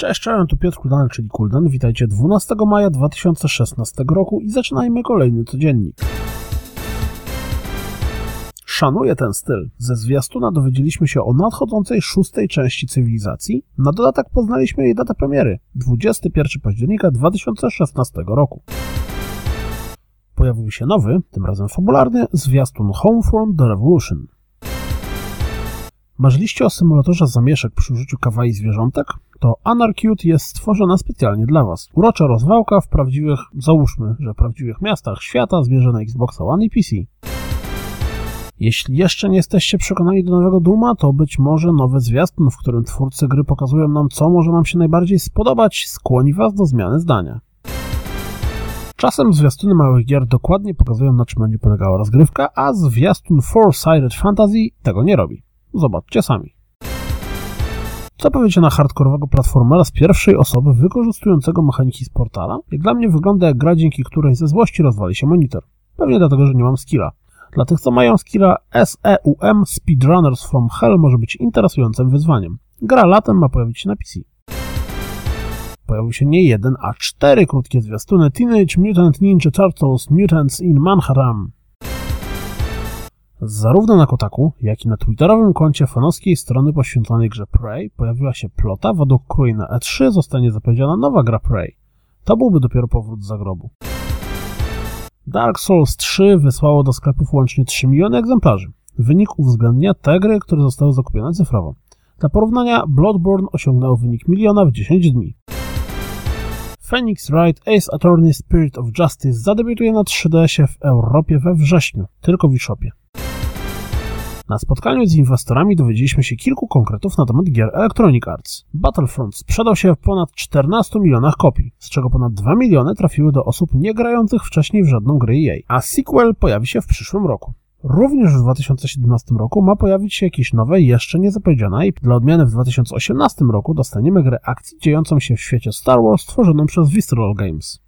Cześć, tu Piotr Kuldanek, czyli Kuldan. Witajcie 12 maja 2016 roku i zaczynajmy kolejny codziennik. Szanuję ten styl. Ze zwiastuna dowiedzieliśmy się o nadchodzącej 6. części Cywilizacji. Na dodatek poznaliśmy jej datę premiery, 21 października 2016 roku. Pojawił się nowy, tym razem fabularny, zwiastun Homefront: The Revolution. Marzyliście o symulatorze zamieszek przy użyciu kawaii zwierzątek? To Anarcute jest stworzona specjalnie dla Was. Urocza rozwałka w prawdziwych, załóżmy, że prawdziwych miastach świata zmierza na Xboxa One i PC. Jeśli jeszcze nie jesteście przekonani do nowego Dooma, to być może nowy zwiastun, w którym twórcy gry pokazują nam, co może nam się najbardziej spodobać, skłoni Was do zmiany zdania. Czasem zwiastuny małych gier dokładnie pokazują, na czym będzie polegała rozgrywka, a zwiastun Four-Sided Fantasy tego nie robi. Zobaczcie sami. Co powiecie na hardkorowego platformera z pierwszej osoby wykorzystującego mechaniki z Portala? Jak dla mnie wygląda jak gra, dzięki której ze złości rozwali się monitor. Pewnie dlatego, że nie mam skilla. Dla tych, co mają skilla, SEUM Speedrunners from Hell może być interesującym wyzwaniem. Gra latem ma pojawić się na PC. Pojawił się nie jeden, a 4 krótkie zwiastuny Teenage Mutant Ninja Turtles Mutants in Manhattan. Zarówno na Kotaku, jak i na twitterowym koncie fanowskiej strony poświęconej grze Prey pojawiła się plota, według której na E3 zostanie zapowiedziana nowa gra Prey. To byłby dopiero powrót z zagrobu. Dark Souls 3 wysłało do sklepów łącznie 3 miliony egzemplarzy. Wynik uwzględnia te gry, które zostały zakupione cyfrowo. Dla porównania Bloodborne osiągnęło wynik 1 miliona w 10 dni. Phoenix Wright Ace Attorney Spirit of Justice zadebiutuje na 3DS-ie w Europie we wrześniu, tylko w eShopie. Na spotkaniu z inwestorami dowiedzieliśmy się kilku konkretów na temat gier Electronic Arts. Battlefront sprzedał się w ponad 14 milionach kopii, z czego ponad 2 miliony trafiły do osób nie grających wcześniej w żadną grę EA, a sequel pojawi się w przyszłym roku. Również w 2017 roku ma pojawić się jakieś nowe, jeszcze nie zapowiedziane i dla odmiany w 2018 roku dostaniemy grę akcji dziejącą się w świecie Star Wars stworzoną przez Visceral Games.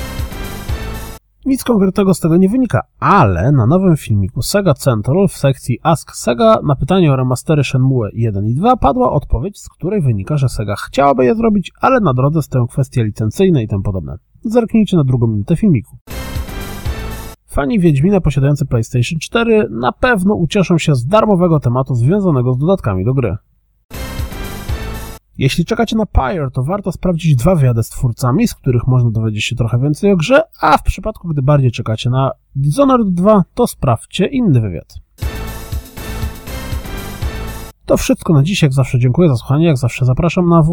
Nic konkretnego z tego nie wynika, ale na nowym filmiku Sega Central w sekcji Ask Sega na pytanie o remastery Shenmue 1 i 2 padła odpowiedź, z której wynika, że Sega chciałaby je zrobić, ale na drodze stoją kwestie licencyjne i tym podobne. Zerknijcie na drugą minutę filmiku. Fani Wiedźmina posiadający PlayStation 4 na pewno ucieszą się z darmowego tematu związanego z dodatkami do gry. Jeśli czekacie na Pyre, to warto sprawdzić 2 wywiady z twórcami, z których można dowiedzieć się trochę więcej o grze, a w przypadku, gdy bardziej czekacie na Dishonored 2, to sprawdźcie inny wywiad. To wszystko na dziś, jak zawsze dziękuję za słuchanie, jak zawsze zapraszam na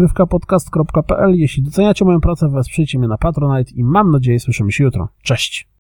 www.rozgrywkapodcast.pl. Jeśli doceniacie moją pracę, wesprzyjcie mnie na Patronite i mam nadzieję słyszymy się jutro. Cześć!